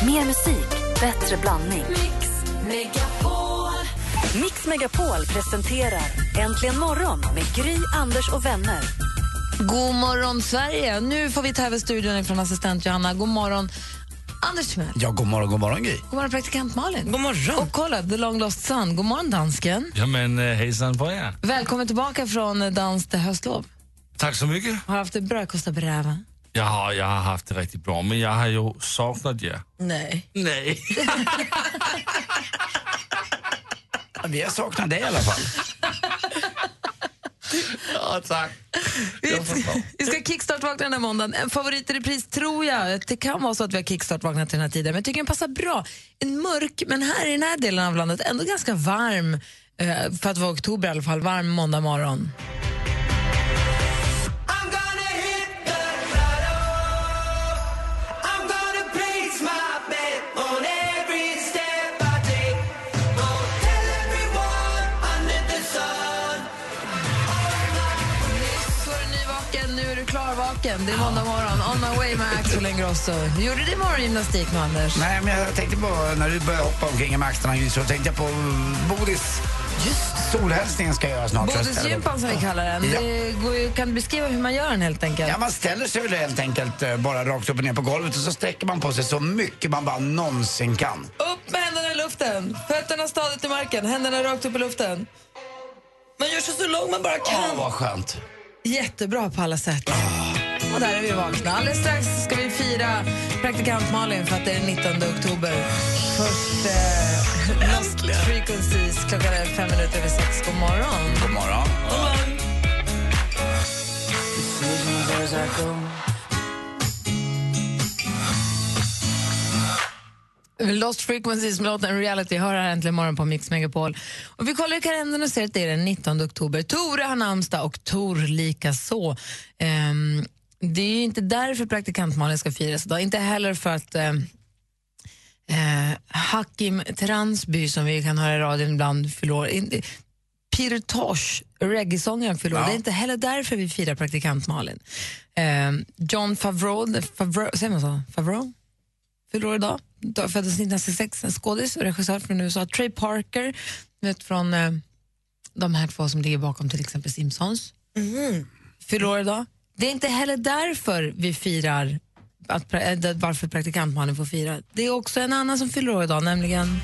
Mer musik, bättre blandning. Mix Megapol presenterar Äntligen morgon med Gry, Anders och vänner. God morgon Sverige. Nu får vi ta över studion från assistent Johanna. God morgon Anders Timell. Ja, god morgon Gry. God morgon praktikant Malin. God morgon. Och kolla, The Long Lost Sun. God morgon dansken. Ja, men hejsan på er. Välkommen tillbaka från dans till höstlov. Tack så mycket. Har haft det bra, Costa Brava? Jag har haft det riktigt bra, men jag har ju saknat er. Nej. Vi har saknat dig i alla fall. Ja, tack. Vi ska kickstart-vakna den här måndagen. En favorit i repris tror jag. Det kan vara så att vi har kickstart-vaknat till den här tiden, men jag tycker den passar bra. En mörk, men här i den här delen av landet ändå ganska varm, för att vara oktober i alla fall, varm måndag morgon. Det är måndag morgon. On my way med Axel Ingrosso. Gjorde det morgongymnastik nu, Anders? Nej, men jag tänkte på, när du började hoppa omkring med axlarna, så tänkte jag på Bodis. Just solhälsningen ska jag göra snart. Bodisgympan som vi kallar den. Ja. Kan du beskriva hur man gör den helt enkelt? Ja, man ställer sig helt enkelt bara rakt upp och ner på golvet och så sträcker man på sig så mycket man bara någonsin kan. Upp med händerna i luften. Fötterna stadigt i marken. Händerna rakt upp i luften. Man gör så långt man bara kan. Vad skönt. Jättebra på alla sätt. Och där är vi vakna. Alldeles strax ska vi fira praktikant Malin för att det är den 19 oktober. Först Lost Frequencies. Klockan är 5 minuter över 6. God morgon. God morgon. Lost Frequencies med låten Reality hör här äntligen morgon på Mix Megapol. Och vi kollar i kalendern och ser att det är den 19 oktober. Tore har namnsdag och Tor lika så. Det är inte därför praktikantmålen ska firas idag. Inte heller för att Hakim Transby, som vi kan höra i radion ibland, förlorar. Peter Tosh, reggae-sångaren, förlorar. Det är inte heller därför vi firar praktikantmålen. John Favreau, säger man så? Favreau? Förlorar idag. Föddes 1966, en skådis och regissör från USA. Trey Parker, vet, från de här två som ligger bakom till exempel Simpsons. Förlorar idag. Det är inte heller därför vi firar varför praktikantmannen får fira. Det är också en annan som förlorar idag, nämligen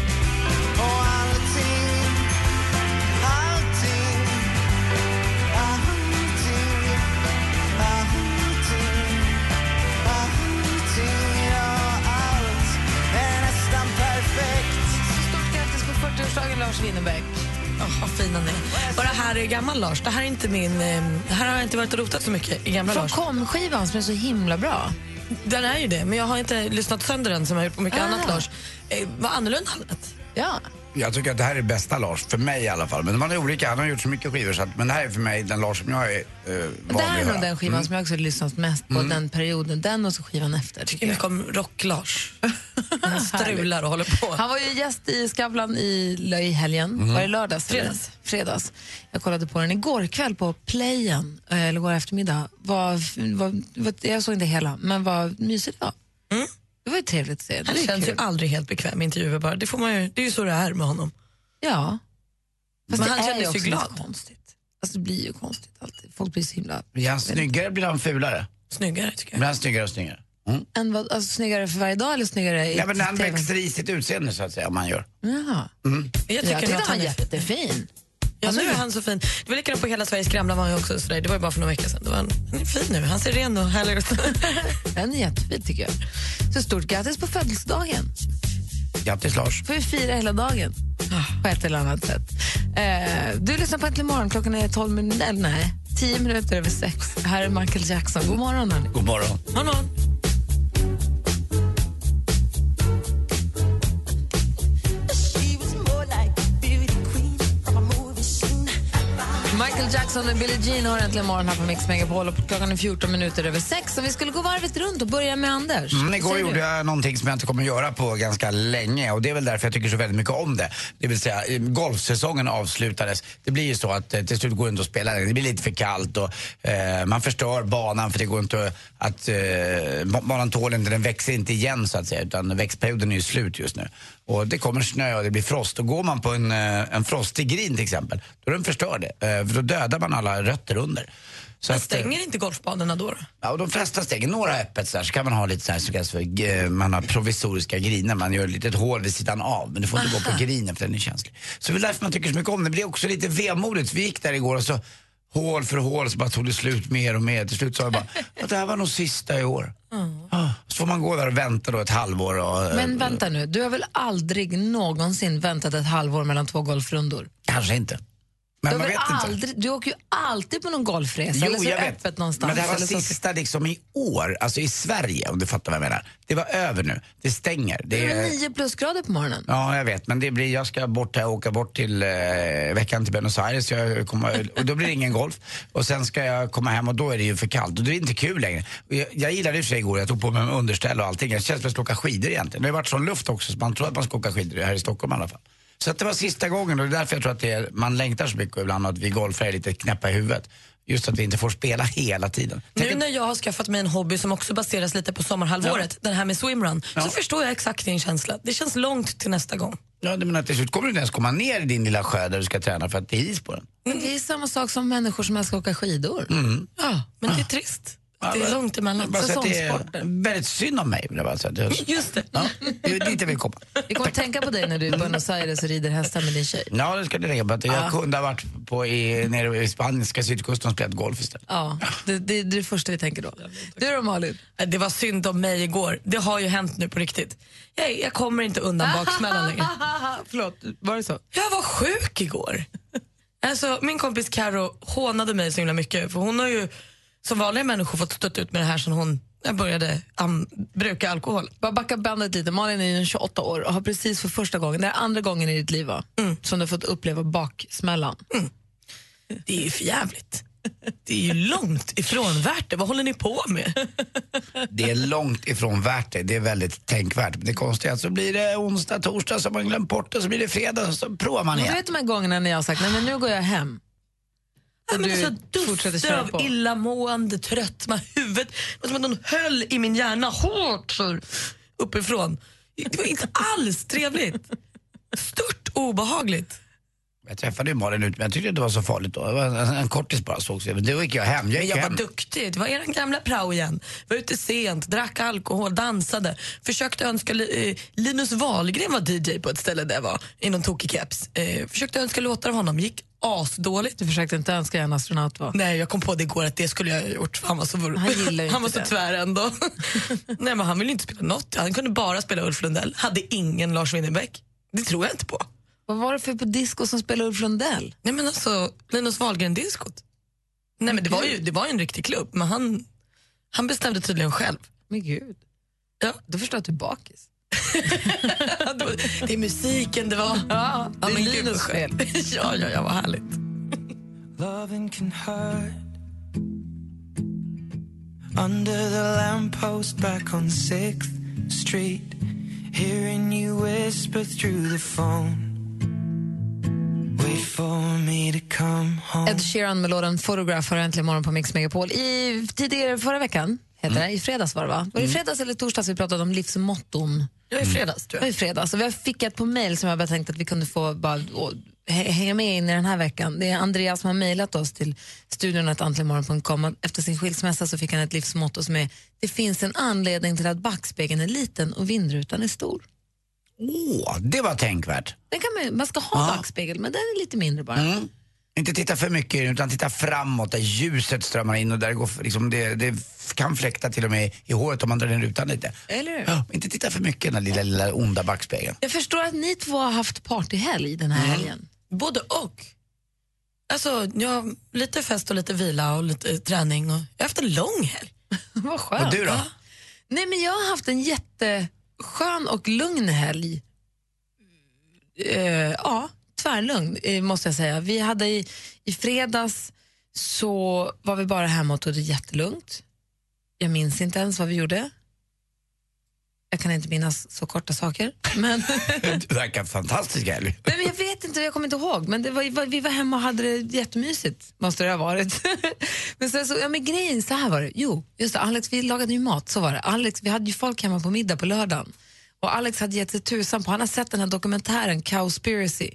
Lars Winnerbäck. Vad fina ni. Och det här är gammal Lars. Det här är inte min... här har jag inte varit och rotat så mycket i gamla Lars. Från Kom-skivan som är så himla bra. Den är ju det, men jag har inte lyssnat sönder den som jag har gjort på mycket annat Lars. Vad annorlunda annat. Ja. Jag tycker att det här är bästa Lars, för mig i alla fall. Men man är olika, han har gjort så mycket skivor så att, men det här är för mig den Lars som jag är det här är nog den skivan som jag också har lyssnat mest på den perioden. Den och så skivan efter. Tycker jag om Rock-Lars. Han strular och håller på. Han var ju gäst i Skavlan i helgen. Var det lördags? Fredags. Jag kollade på den igår kväll på Playen, eller igår eftermiddag. Jag såg inte hela, men vad mysigt det var. Det var ju trevligt att se. Han känns ju aldrig helt bekväm i intervjuer bara. Det är ju så det är med honom. Ja. Fast men han känner känner sig glad. Konstigt. Alltså det blir ju konstigt alltid. Folk blir så himla... Blir han snyggare, blir han fulare? Snyggare tycker jag. Blir han snyggare och snyggare? En vad, alltså snyggare för varje dag eller snyggare i men han växer i sitt utseende så att säga, om man gör. Jaha. Jag tycker att han är jättefin. Ja, nu är han så fin. Det var likadant på Hela Sveriges gamla var han också sådär. Det var ju bara för några veckor sedan. Han är fin nu. Han ser ren och härlig ut. Han är jättefin tycker jag. Så stort grattis på födelsedagen. Grattis Lars. Får vi fira hela dagen på ett eller annat sätt. Du lyssnar på Äntligen morgon. Klockan är 10 minuter över 6. Här är Michael Jackson. God morgon hörni. God morgon. God morgon. Michael Michael Jackson och Billie Jean har äntligen morgon här på Mix Megapol och klockan är 14 minuter över 6 och vi skulle gå varvet runt och börja med Anders. Igår gjorde jag någonting som jag inte kommer att göra på ganska länge och det är väl därför jag tycker så väldigt mycket om det. Det vill säga, golfsäsongen avslutades. Det blir ju så att till slut går det inte att spela. Det blir lite för kallt och man förstör banan för det går inte att banan tål inte, den växer inte igen så att säga, utan växtperioden är ju slut just nu. Och det kommer snö och det blir frost. Och går man på en frostig green till exempel, då är den förstörd. För då dödar man alla rötter under. Så men stänger inte golfbanorna då? Ja, och de flesta stänger. Några öppet så kan man ha lite så här, så kallas för, man har provisoriska griner. Man gör ett litet hål vid sidan av. Men du får inte gå på grinen för den är känslig. Så det är därför man tycker så mycket om det. Det blir också lite vemodigt. Vi gick där igår och så hål för hål så bara tog det slut mer och mer. Till slut sa jag bara att det här var nog sista i år. Så får man gå där och vänta då ett halvår. Och, men vänta nu, du har väl aldrig någonsin väntat ett halvår mellan 2 golfrundor? Kanske inte. Men man vet inte. Du åker ju alltid på någon golfresa eller så är det öppet någonstans. Men det här var sista liksom i år, alltså i Sverige, om du fattar vad jag menar. Det var över nu, det stänger. Det är 9 plusgrader på morgonen. Ja, jag vet, men det blir, jag ska åka bort till veckan till Buenos Aires och då blir det ingen golf. Och sen ska jag komma hem och då är det ju för kallt och det är inte kul längre. Jag gillade det för sig igår, jag tog på mig underställ och allting. Jag känns som att jag ska åka skidor egentligen. Det har varit sån luft också så man tror att man ska åka skidor här i Stockholm i alla fall. Så att det var sista gången och det är därför jag tror att man längtar så mycket ibland att vi golfar är lite knäppa i huvudet. Just att vi inte får spela hela tiden. Nu när jag har skaffat mig en hobby som också baseras lite på sommarhalvåret, den här med swimrun, så förstår jag exakt din känsla. Det känns långt till nästa gång. Ja, det menar att till slut kommer du inte ens komma ner i din lilla sjö där du ska träna för att det är is på den. Men det är samma sak som människor som ska åka skidor. Ja, men det är trist. Det är långt emellan. Det är väldigt synd om mig. Just det. Ja, det är dit jag vill komma. Vi kommer att tänka på dig när du är i Buenos Aires och rider hästar med din tjej. Ja, det ska du tänka på. Att jag kunde ha varit nere i spanska sydkusten och spelat golf istället. Ja, det är det första vi tänker då. Du då, Malin? Det var synd om mig igår. Det har ju hänt nu på riktigt. Jag kommer inte undan baksmällan längre. Förlåt, var det så? Jag var sjuk igår. Alltså, min kompis Karo hånade mig så himla mycket. För hon har ju som vanliga människor fått stött ut med det här sen hon började bruka alkohol. Bara backa bandet lite. Malin är ju 28 år och har precis för första gången, det är andra gången i ditt liv som du har fått uppleva baksmällan. Det är ju för jävligt. Det är ju långt ifrån värt det. Vad håller ni på med? Det är långt ifrån värt det. Det är väldigt tänkvärt. Det konstiga är att så blir det onsdag, torsdag så man glömt bort det, så blir det fredag så provar man igen. Du vet de här gångerna när jag har sagt nej men nu går jag hem. Och du duftar av illamående, trött med huvudet. Det var som att någon höll i min hjärna hårt så uppifrån. Det var inte alls trevligt. Stört obehagligt. Jag träffade ju Malin ut, men jag tyckte det var så farligt då. Det var en kortis bara såg sig. Då gick jag hem. Jag var duktig. Det var er gamla prao igen. Var ute sent, drack alkohol, dansade. Försökte önska Linus Wahlgren var DJ på ett ställe där jag var. I någon tokig keps. Försökte önska låtar av honom. Gick asdåligt. Du försökte inte önska en astronaut va? Nej, jag kom på det igår att det skulle jag ha gjort. Han var så, han var så tvär ändå. Nej, men han ville inte spela något. Han kunde bara spela Ulf Lundell. Hade ingen Lars Winnerbäck. Det tror jag inte på. Vad var det för på disco som spelade Ulf Lundell? Nej men alltså, Linus Wahlgren-diskot. Nej men det var ju en riktig klubb, men han bestämde tydligen själv. Men gud. Ja. Då förstår jag att du är bakis. Det är musiken det var. Ja, det är Linus fel. Ja, vad härligt. Loving can hurt. Under the lamppost back on 6th Street, hearing you whisper through the phone. Wait for me to come home. Ed Sheeran med låten Photograph har äntligen morgon på Mix Megapol. Tidigare förra veckan, heter det, i fredags var det va? Var det fredags eller torsdags vi pratade om livsmotton? Ja, i fredags tror jag. I fredags. Och vi fick ett på mejl som jag bara tänkte att vi kunde få bara hänga med in i den här veckan. Det är Andreas som har mejlat oss till studion@antligenmorgon.com. Efter sin skilsmässa så fick han ett livsmotto som är: det finns en anledning till att backspegeln är liten och vindrutan är stor. Det var tänkvärt. Man ska ha backspegel, men den är lite mindre bara. Inte titta för mycket utan titta framåt där ljuset strömmar in och där går liksom det kan fläkta till och med i håret om man drar den rutan lite. Eller? Ja, inte titta för mycket den lilla onda backspegeln. Jag förstår att ni två har haft partyhelg den här helgen. Både och. Alltså, lite fest och lite vila och lite träning. Och jag har haft en lång helg. Vad skönt. Och du då? Nej, men jag har haft en jätteskön och lugn helg. Tvärlugn måste jag säga. Vi hade i fredags så var vi bara hemma och tog det jättelugnt. Jag minns inte ens vad vi gjorde. Jag kan inte minnas så korta saker. Men Det verkar fantastiskt ärlig. Nej, men jag vet inte, jag kommer inte ihåg. Men vi var hemma och hade det jättemysigt. Måste det ha varit. Men sen så, men grejen, så här var det. Jo, just det, Alex, vi lagade ju mat, så var det. Alex, vi hade ju folk hemma på middag på lördagen. Och Alex hade gett sig tusan på, han har sett den här dokumentären Cowspiracy.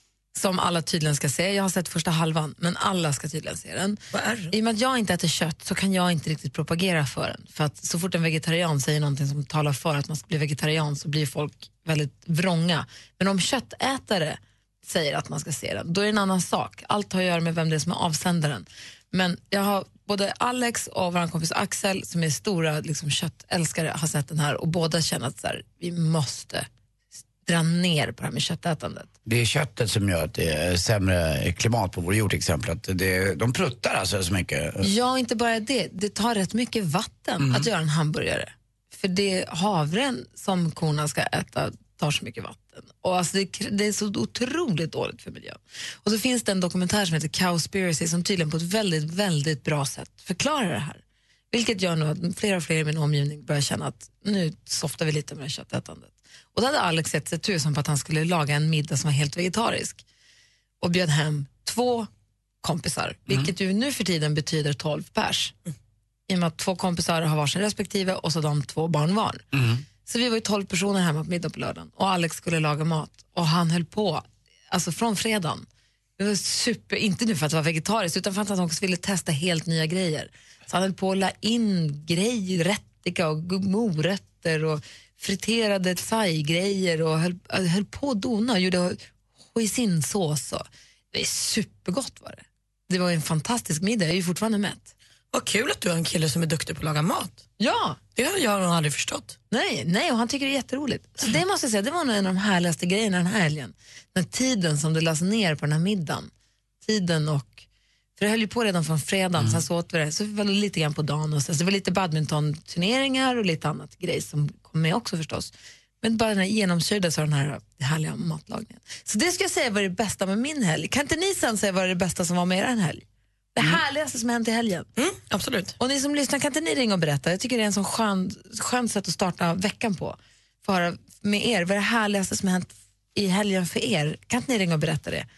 Som alla tydligen ska se. Jag har sett första halvan, men alla ska tydligen se den. Vad är det? I och med att jag inte äter kött så kan jag inte riktigt propagera för den. För att så fort en vegetarian säger någonting som talar för att man ska bli vegetarian så blir folk väldigt vrånga. Men om köttätare säger att man ska se den, då är det en annan sak. Allt har att göra med vem det är som är avsändaren. Men jag har både Alex och vår kompis Axel som är stora liksom, köttälskare har sett den här och båda känner att så här, vi måste dra ner på det här med köttätandet. Det är köttet som gör att det är sämre klimat på vår jord till exempel. Att de pruttar alltså så mycket. Ja, inte bara det. Det tar rätt mycket vatten att göra en hamburgare. För det havren som korna ska äta tar så mycket vatten. Och alltså det är så otroligt dåligt för miljön. Och så finns det en dokumentär som heter Cowspiracy som tydligen på ett väldigt, väldigt bra sätt förklarar det här. Vilket gör nu att fler och fler i min omgivning börjar känna att nu softar vi lite med det köttätandet. Och då hade Alex sett sig tusan på att han skulle laga en middag som var helt vegetarisk. Och bjöd hem 2 kompisar, vilket ju nu för tiden betyder 12 pers. I och med att 2 kompisar har varsin respektive och så de 2 barn var. Så vi var ju 12 personer hemma på middag på lördagen. Och Alex skulle laga mat. Och han höll på, alltså från fredagen. Det var super, inte nu för att det var vegetariskt utan för att han också ville testa helt nya grejer. Så han höll på att la in grejer, rättika och morötter och friterade thai-grejer och höll på att dona och gjorde hoisinsås. Det är supergott var det. Det var en fantastisk middag, jag är ju fortfarande mätt. Vad kul att du har en kille som är duktig på att laga mat. Ja. Det har jag nog aldrig förstått. Nej, och han tycker det är jätteroligt. Så det måste jag säga, det var nog en av de härligaste grejerna den här helgen. Den tiden som det lades ner på den här middagen. Tiden och... För det höll ju på redan från fredagen, sen så åt vi det. Så var det lite grann på dagen och så det var lite badmintonturneringar och lite annat grej som kom med också förstås. Men bara den här genomsyrdes av den här härliga matlagningen. Så det ska jag säga var det bästa med min helg. Kan inte ni sen säga vad det bästa som var med er en helg? Det härligaste som hänt i helgen. Absolut. Och ni som lyssnar, kan inte ni ringa och berätta? Jag tycker det är en sån skön sätt att starta veckan på. För att höra med er, vad är det härligaste som hänt i helgen för er? Kan inte ni ringa och berätta det?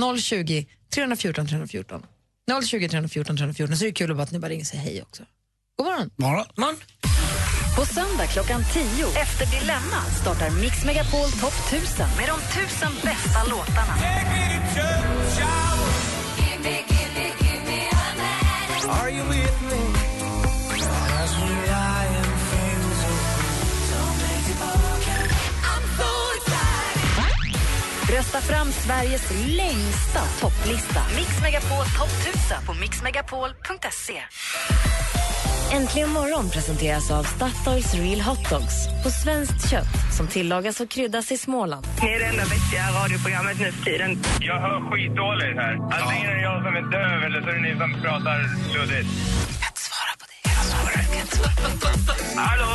020 314 314. 020 314 314, så är det kul att ni bara ringer och säger hej också. God morgon. Morgon. På söndag klockan 10 efter Dilemma startar Mix Megapol Top 1000 med de 1000 bästa låtarna. Are you with me? As we lie and things Rösta fram Sveriges längsta topplista. Mix Megapol Top 1000 på mixmegapol.se. Äntligen morgon presenteras av Statoils Real Hot Dogs på svenskt kött som tillagas och kryddas i Småland. Ni är det enda vettiga radioprogrammet nu för tiden. Jag hör skitdåligt här. Antingen är det jag som är döv eller så är det ni som pratar luddigt. Jag kan inte svara på det. Jag kan inte svara. Hallå?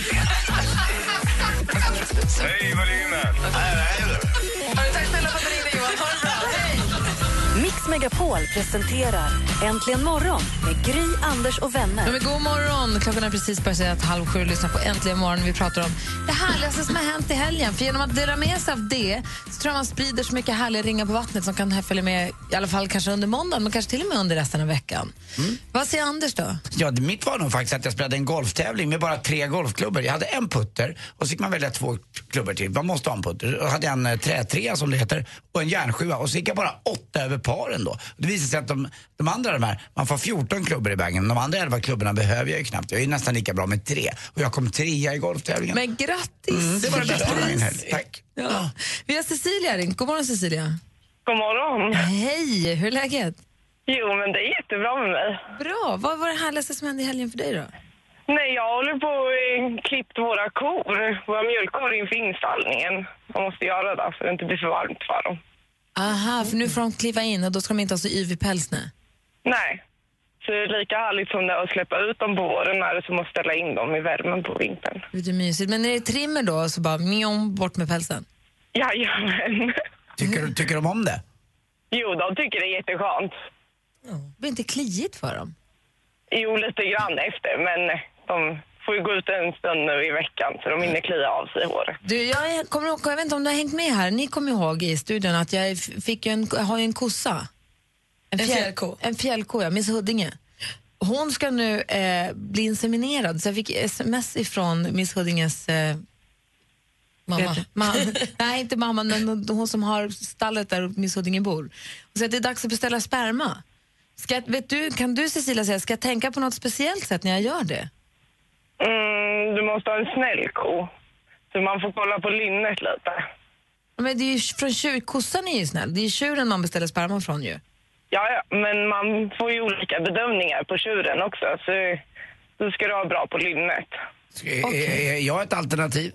Hej, volymen. Tack snälla för att du ringde, Johan. Ha det bra. Hej! Mix Megapol presenterar Äntligen morgon med Gry, Anders och vänner. Ja, men god morgon. Klockan är precis passerat 6:30. Lyssna på Äntligen morgon. Vi pratar om det härligaste som har hänt i helgen. För genom att dela med sig av det så tror jag man sprider så mycket härliga ringar på vattnet som kan följa med i alla fall kanske under måndagen, men kanske till och med under resten av veckan. Vad säger Anders då? Ja, mitt var nog faktiskt att jag spelade en golftävling med bara 3 golfklubbor. Jag hade en putter och så fick man välja 2 klubbor till. Man måste ha en putter. Och hade en trätrea som det heter och en järnsjua. Och så gick jag bara 8 över paren då. Det visade sig att de andra man får 14 klubbor i bagen. De andra 11 klubborna behöver jag ju knappt. Jag är nästan lika bra med 3. Och jag kom 3 i golftävlingen. Men grattis! Det var det bästa med min helg. Tack. Ja. Vi har Cecilia ringt. God morgon, Cecilia. God morgon. Hej, hur är läget? Jo, men det är jättebra med mig. Bra. Vad var det härligaste som hände i helgen för dig då? Nej, jag håller på och klippt våra mjölkkor inför installningen. Man måste göra det för att det inte blir för varmt för dem. Aha, för nu får de kliva in och då ska de inte ha så yvig päls nu. Nej, så det är lika härligt som det är att släppa ut dem på våren när det som att ställa in dem i värmen på vintern. Det är mysigt. Men är det trimmer då så bara bort med pälsen? Jajamän. Tycker de om det? Jo, de tycker det är jätteskönt. Det blir inte kliigt för dem? Jo, lite grann efter, men de får ju gå ut en stund nu i veckan så de hinner klia av sig håret. Du, jag vet inte om du har hängt med här. Ni kommer ihåg i studion att jag har ju en kossa. En fjällko. En fjällko, ja, Miss Huddinge. Hon ska nu bli inseminerad. Så jag fick sms ifrån Miss Huddinges... mamma. Nej, inte mamma, men hon som har stallet där Miss Huddinge bor. Och så att det är dags att beställa sperma. Kan du, Cecilia, säga, ska jag tänka på något speciellt sätt när jag gör det? Du måste ha en snäll ko. Så man får kolla på lynnet lite. Men det är ju från kossan är ju snäll. Det är ju tjuren man beställer sperma från ju. Ja, men man får ju olika bedömningar på tjuren också. Så du ska ha bra på lynnet. Är jag ett alternativ?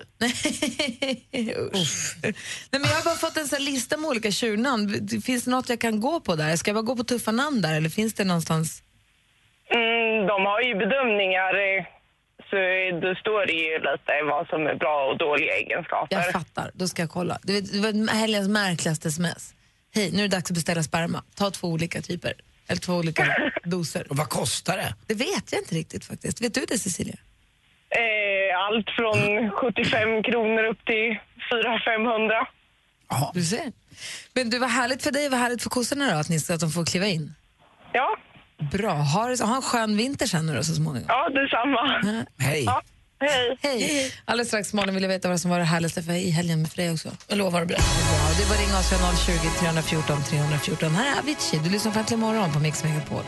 Usch. Nej, men jag har bara fått en sån här lista med olika tjurnamn. Finns det något jag kan gå på där? Ska jag bara gå på tuffa namn där? Eller finns det någonstans? De har ju bedömningar. Så då står det ju lite vad som är bra och dåliga egenskaper. Jag fattar, då ska jag kolla. Det var helgens märkligaste sms. Hej, nu är det dags att beställa sperma. Ta 2 olika typer. Eller 2 olika doser. Och vad kostar det? Det vet jag inte riktigt faktiskt. Vet du det, Cecilia? Allt från 75 kronor upp till 400-500. Ja. Du ser. Men du, var härligt för dig, var härligt för kossorna då, att de får kliva in. Ja. Bra. Ha en skön vinter sen nu då, så småningom. Ja, detsamma. Hej. Ja, hej. Hej. Alldeles strax, Malin, vill jag veta vad som var det härligaste för i helgen med dig också. Jag lovar att berätta. Ja, det var ringa oss från 020 314 314. Här är Avicii. Du lyssnar på Äntligen morgon på Mix Megapol.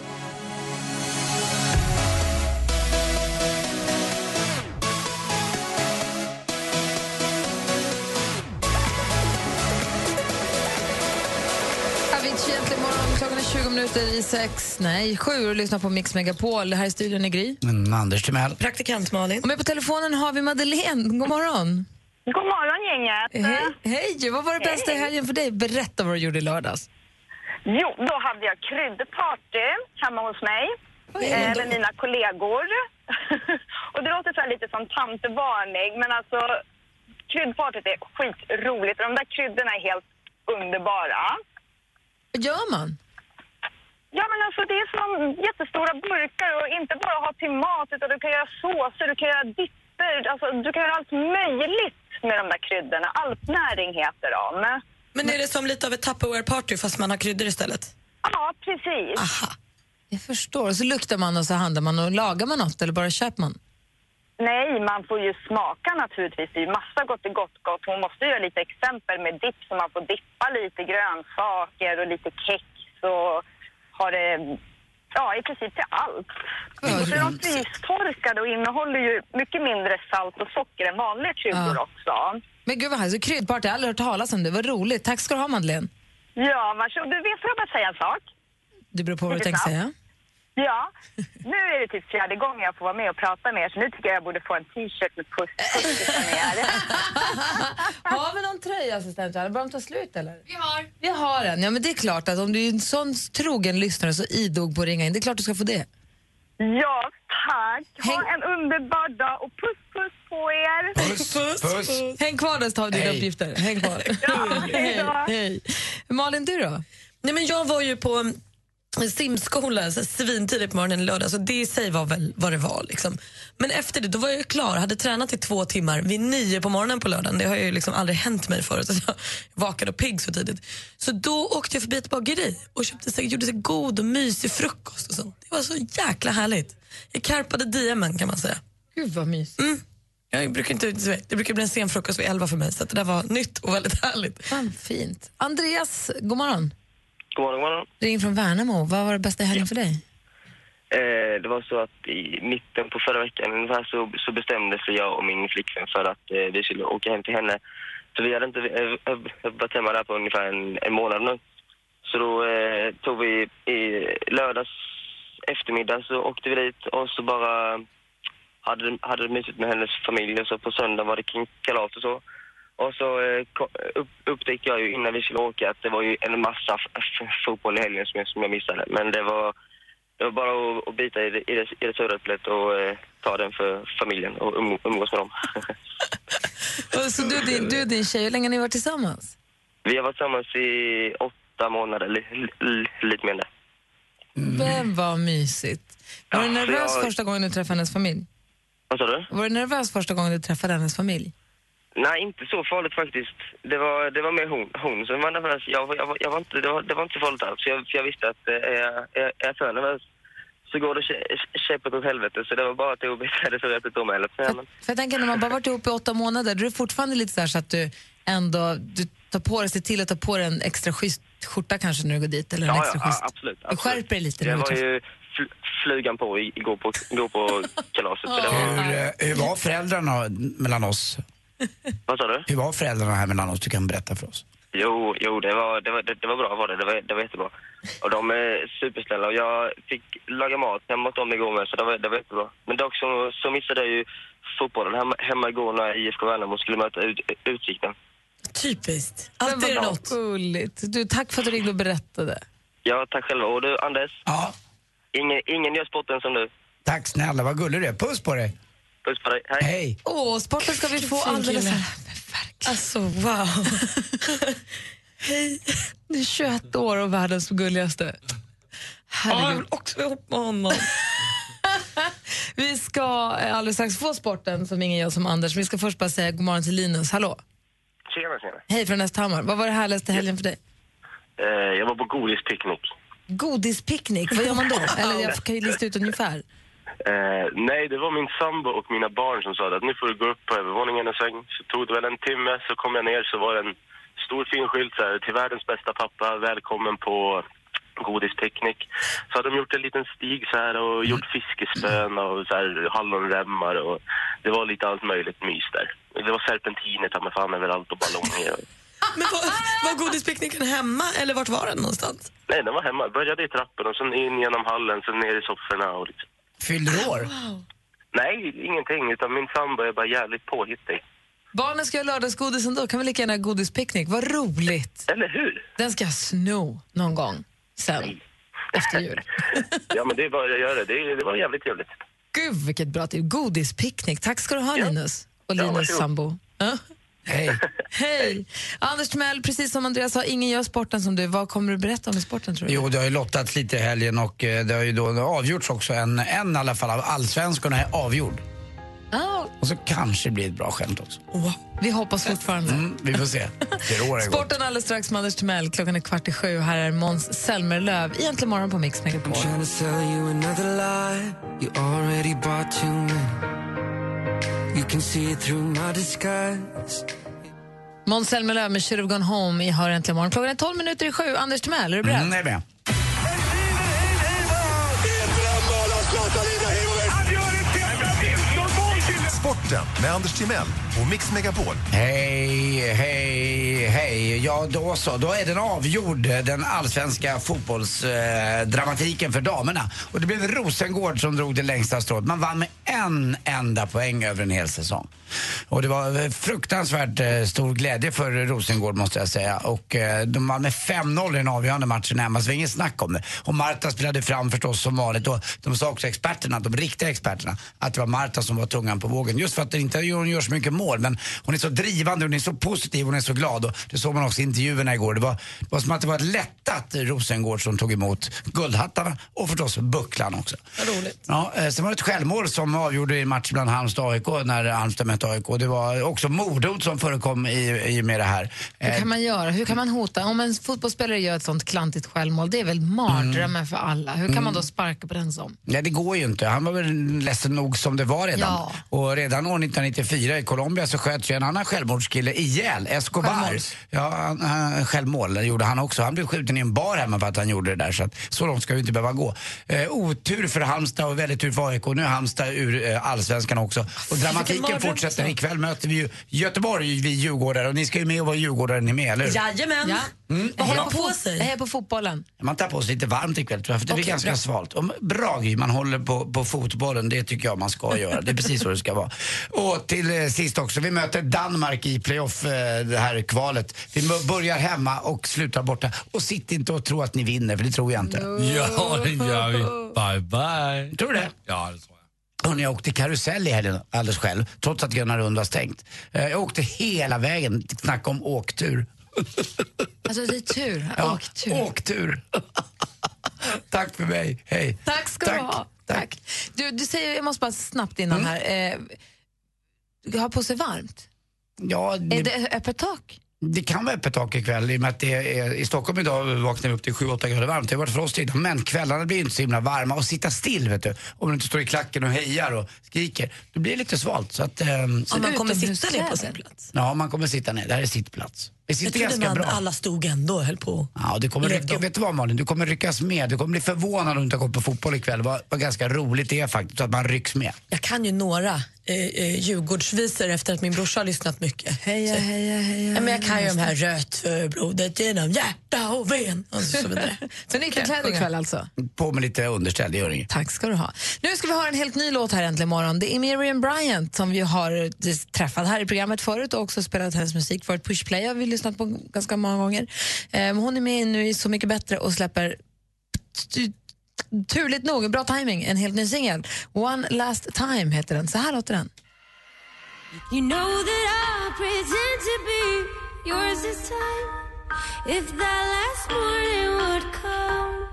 Egentligen morgon, klockan är 20 minuter i 6, nej 7 och lyssnar på Mix Megapol. Här i studion är Gry. Anders Timell. Praktikant Malin. Och med på telefonen har vi Madeleine. God morgon. God morgon, gänget. Hej, vad var det bästa i helgen för dig? Berätta vad du gjorde i lördags. Jo, då hade jag kryddparty hemma hos mig med mina kollegor. Och det låter så här lite som tantevarning, men alltså kryddpartyt är skitroligt. De där kryddorna är helt underbara. Vad gör man? Ja, men alltså det är som jättestora burkar och inte bara ha till mat, utan du kan göra såser, du kan göra dipper, alltså du kan göra allt möjligt med de där kryddorna. Alpnäring heter de. Men är det som lite av ett Tupperware-party fast man har kryddor istället? Ja, precis. Aha, jag förstår. Så luktar man och så handlar man och lagar man något eller bara köper man? Nej, man får ju smaka naturligtvis. Det är ju massa gott. Hon måste göra lite exempel med dipp så man får dippa lite grönsaker och lite kex och ha det, ja, i princip till allt. Så de frystorkade och innehåller ju mycket mindre salt och socker än vanliga kryddor också. Men gud vad här, så kryddparty, jag har aldrig hört talas om det. Vad roligt. Tack ska du ha, Madeleine. Ja, varsågod. Du vet, får jag bara säga en sak? Det beror på vad du tänker säga. Ja, nu är det typ 4:e gången jag får vara med och prata med er, så nu tycker jag borde få en t-shirt med puss med er. Har vi någon tröjassistent? Börjar de ta slut eller? Vi har en. Ja, men det är klart att om du är en sån trogen lyssnare så idog på att ringa in. Det är klart du ska få det. Ja, tack. Ha en underbar dag och puss på er. Puss. Häng kvar där så tar vi dina uppgifter. Häng kvar. Ja, hej. Malin, du då? Nej, men jag var ju på simskola svintidigt på morgonen i lördag, så det i sig var väl vad det var liksom. Men efter det, då var jag klar, hade tränat i 2 timmar vid 9 på morgonen på lördagen. Det har ju liksom aldrig hänt mig förut att jag vakade och pigg så tidigt. Så då åkte jag förbi ett bageri och gjorde sig god och mysig frukost och sånt. Det var så jäkla härligt. Jag karpade DM:en kan man säga. Gud vad mysigt. Jag brukar inte, det brukar bli en sen frukost vid 11 för mig, så att det där var nytt och väldigt härligt. Fint. Andreas, god morgon. God morgon. Ring från Värnamo. Vad var det bästa i helgen för dig? Det var så att i mitten på förra veckan ungefär så bestämde sig jag och min flickvän för att vi skulle åka hem till henne. Så vi hade inte varit hemma där på ungefär en månad nu. Så då tog vi i lördags eftermiddag så åkte vi dit och så bara hade mysigt med hennes familj. Och så på söndag var det kalas och så. Och så upptäckte jag ju innan vi skulle åka att det var ju en massa fotboll i helgen som jag missade. Men det var bara att bita i det sura äpplet och ta den för familjen och umgås med dem. Så du och din tjej, hur länge har ni varit tillsammans? Vi har varit tillsammans i 8 månader, lite mer än det. Men vad mysigt. Var du nervös första gången du träffade hennes familj? Vad sa du? Var du nervös första gången du träffade hennes familj? Nej, inte så farligt faktiskt. Det var mer hon som var nervös. Jag var inte, det var inte så farligt alls. För jag visste att är jag för nervös så går det käppet åt helvete. Så det var bara att jag obetade så rätt om eller. För jag tänker, när man bara varit ihop i 8 månader, då är det fortfarande lite så att du ändå tar på dig, se till att ta på dig en extra schysst skjorta kanske när du går dit. Eller en extra schysst. Absolut. Du skärper dig lite. Det var ju flugan på igår på kalaset. Så det var... Hur var föräldrarna mellan oss? Vad sa du? Hur var föräldrarna här mellan oss? Du kan berätta för oss. Jo, det var bra var det. Det var jättebra. Och de är supersnälla och jag fick laga mat hemma åt dem igår med, så det var jättebra. Men dock så missade jag ju fotbollen hemma igår när IFK Värnamo skulle möta Utsikten. Typiskt. Alltid är det något. Gulligt. Du, tack för att du ringde och berättade. Ja, tack själva. Och du, Anders? Ja? Ingen gör sporten som du. Tack snälla, vad gullig du är. Puss på dig. Puss på dig, hej. Hej. Sporten ska vi få alldeles här. Alltså, wow. Hej. Du är 21 år och världens gulligaste. Herregud. Ja, jag vill också ihop med honom. Vi ska alldeles strax få sporten som ingen gör som Anders. Vi ska först bara säga god morgon till Linus. Hallå. Tjena. Hej från Östhammar. Vad var det härligaste helgen för dig? Jag var på godispicknick. Godispicknick? Vad gör man då? Eller jag kan ju lista ut ungefär. Nej, det var min sambo och mina barn som sa att nu får du gå upp på övervåningen en sväng. Så tog det väl en timme, så kom jag ner, så var det en stor fin skylt så här, till världens bästa pappa, välkommen på godispicknick. Så hade de gjort en liten stig så här och gjort fiskespön och så här, hallonremmar och det var lite allt möjligt mys där. Det var serpentiner, ta mig fan överallt och ballonger. Men var godispicknicken hemma eller vart var den någonstans? Nej, den var hemma. Började i trappen och sen in genom hallen, sen ner i sofforna och liksom. Fyllde du år? Wow. Nej, ingenting, utan min sambo är bara jävligt påhittig. Barnen ska ha lördagsgodis ändå, kan vi lika gärna ha godispicknick. Vad roligt. Eller hur? Den ska jag sno någon gång sen, efter jul. Ja, men det är bara att göra det. Det var jävligt trevligt. Gud, vilket bra till. Godispicknick. Tack ska du ha, Linus. Och Linus sambo. Hej. Hej. Anders Timell, precis som Andreas sa, ingen gör sporten som du. Vad kommer du berätta om i sporten, tror du? Jo, det har ju lottats lite i helgen och det har ju då avgjorts också. En i alla fall av allsvenskarna är avgjord. Och så kanske det blir ett bra skämt också. Vi hoppas fortfarande. Vi får se. Sporten alldeles strax med Anders Timell. Klockan är 6:15. Här är Måns Zelmerlöw. Egentligen morgon på Mix Megapol. Måns Zelmerlöw med Should Have Gone Home i Hör äntligen morgon. Klockan är 7:12. Anders Timell, är du beredd? Jag är med. Sporten med Anders Timell och Mix Megapol. Hej. Ja, då så. Då är den avgjord, den allsvenska fotbollsdramatiken för damerna. Och det blev Rosengård som drog det längsta strået. Man vann med en enda poäng över en hel säsong. Och det var fruktansvärt stor glädje för Rosengård, måste jag säga. Och de vann med 5-0 i den avgörande matchen hemma, så inget snack om det. Och Marta spelade fram förstås som vanligt. Och de sa också experterna, de riktiga experterna, att det var Marta som var tungan på vågen. Just för att hon gör så mycket mål, men hon är så drivande, hon är så positiv, hon är så glad. Och det såg man också i intervjuerna igår. Det var som att det var ett lättat Rosengård som tog emot guldhattarna och förstås bucklan också. Roligt. Ja, sen var det ett självmål som avgjorde i matchen bland Halmstad och AIK när Halmstad mötte AIK. Det var också mordhot som förekom i med det här. Hur kan man göra? Hur kan man hota? Om en fotbollsspelare gör ett sånt klantigt självmål, det är väl mardrömmen för alla. Hur kan man då sparka på den som? Nej, det går ju inte. Han var väl ledsen nog som det var redan. Ja. Och redan år 1994 i Colombia så sköt ju en annan självmordskille ihjäl, Escobar. Ja, självmål gjorde han också. Han blev skjuten i en bar hemma för att han gjorde det där. Så långt ska vi inte behöva gå. Otur för Halmstad och väldigt tur för AIK. Nu är Halmstad ur allsvenskan också. Och dramatiken fortsätter. Ikväll möter vi ju Göteborg vid Djurgårdare. Och ni ska ju med och vara Djurgårdare ni med, eller hur? Jajamän. Ja. Vad håller man på sig? Jag är på fotbollen. Man tar på sig lite varmt ikväll, tror jag, för det blir ganska svalt. Och bra grej, man håller på fotbollen, det tycker jag man ska göra. Det är precis så det ska vara. Och till sist också, vi möter Danmark i playoff, det här kvalet. Vi börjar hemma och slutar borta. Och sitt inte och tro att ni vinner, för det tror jag inte. Ja, det gör vi. Bye, bye. Tror du det? Ja, det tror jag. Och jag åkte karusell i helgen alldeles själv, trots att Gröna Rund var stängt. Jag åkte hela vägen, snacka om åktur. Alltså det är tur, ja, åktur. Åktur. Tack för mig. Hej. Tack ska du ha. Tack. Du säger, jag måste bara snabbt innan här. Du har på sig varmt. Ja, är det öppet tak? Det kan vara öppet tak ikväll i och med att det är, i Stockholm idag vaknar vi upp till 7-8 grader varmt. Det har varit frost innan, men kvällarna blir inte så himla varma. Och sitta still, vet du. Om du inte står i klacken och hejar och skriker, då blir det lite svalt. Så att, så man kommer sitta ner på sin plats? Ja, man kommer sitta ner. Det här är sittplats. Det sitter ganska bra. Alla stod ändå och höll på. Ja, det kommer rycka, vet du vad Malin? Du kommer ryckas med. Du kommer bli förvånad om du inte har gått på fotboll ikväll. Vad ganska roligt det är faktiskt, att man rycks med. Jag kan ju några Djurgårdsvisor efter att min brorsa har lyssnat mycket. Heja, heja, heja. Ja, men jag kan ju de här rött för blodet genom hjärta och ven. Och så vidare. Så ni är klädd ikväll alltså? På med lite underställ, det gör inget. Tack ska du ha. Nu ska vi ha en helt ny låt här äntligen imorgon. Det är Miriam Bryant som vi har träffat här i programmet förut och också spelat hennes musik för ett Pushplay. Vi har lyssnat på ganska många gånger. Hon är med nu i Så mycket bättre och släpper turligt nog, bra timing, en helt ny singel. One Last Time heter den. Så här låter den. You know that I pretend to be yours this time. If that last morning would come.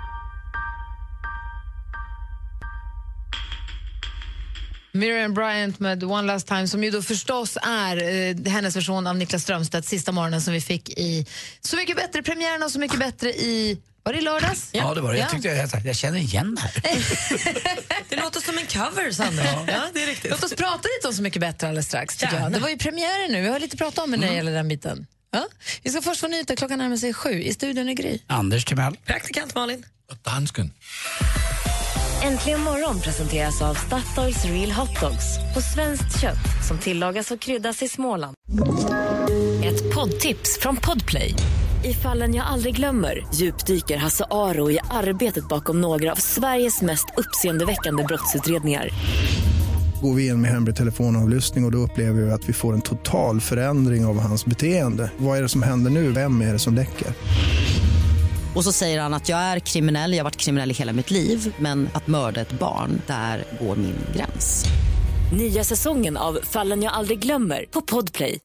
Miriam Bryant med One Last Time, som ju då förstås är hennes version av Niklas Strömstedt Sista morgonen som vi fick i Så mycket bättre premiären och Så mycket bättre i, var det i lördags? Ja, det var det. Jag tyckte jag känner igen det här. Det låter som en cover, Sandra. Ja, det är riktigt. Låt oss prata lite om Så mycket bättre alldeles strax, tycker jag. Det var ju premiären nu, vi har lite att prata om när det gäller den biten. Ja? Vi ska först få nyheter, klockan närmar sig 7. I studion är Gry. Anders Timell. Praktikant Malin. Och dansken. Äntligen morgon presenteras av Statoils Real Hot Dogs på svenskt kött som tillagas och kryddas i Småland. Ett poddtips från Podplay. I Fallen jag aldrig glömmer djupdyker Hasse Aro i arbetet bakom några av Sveriges mest uppseendeväckande brottsutredningar. Går vi in med hemlig telefonavlyssning och då upplever vi att vi får en total förändring av hans beteende. Vad är det som händer nu? Vem är det som läcker? Och så säger han att jag är kriminell, jag har varit kriminell i hela mitt liv. Men att mörda ett barn, där går min gräns. Nya säsongen av Fallen jag aldrig glömmer på Podplay.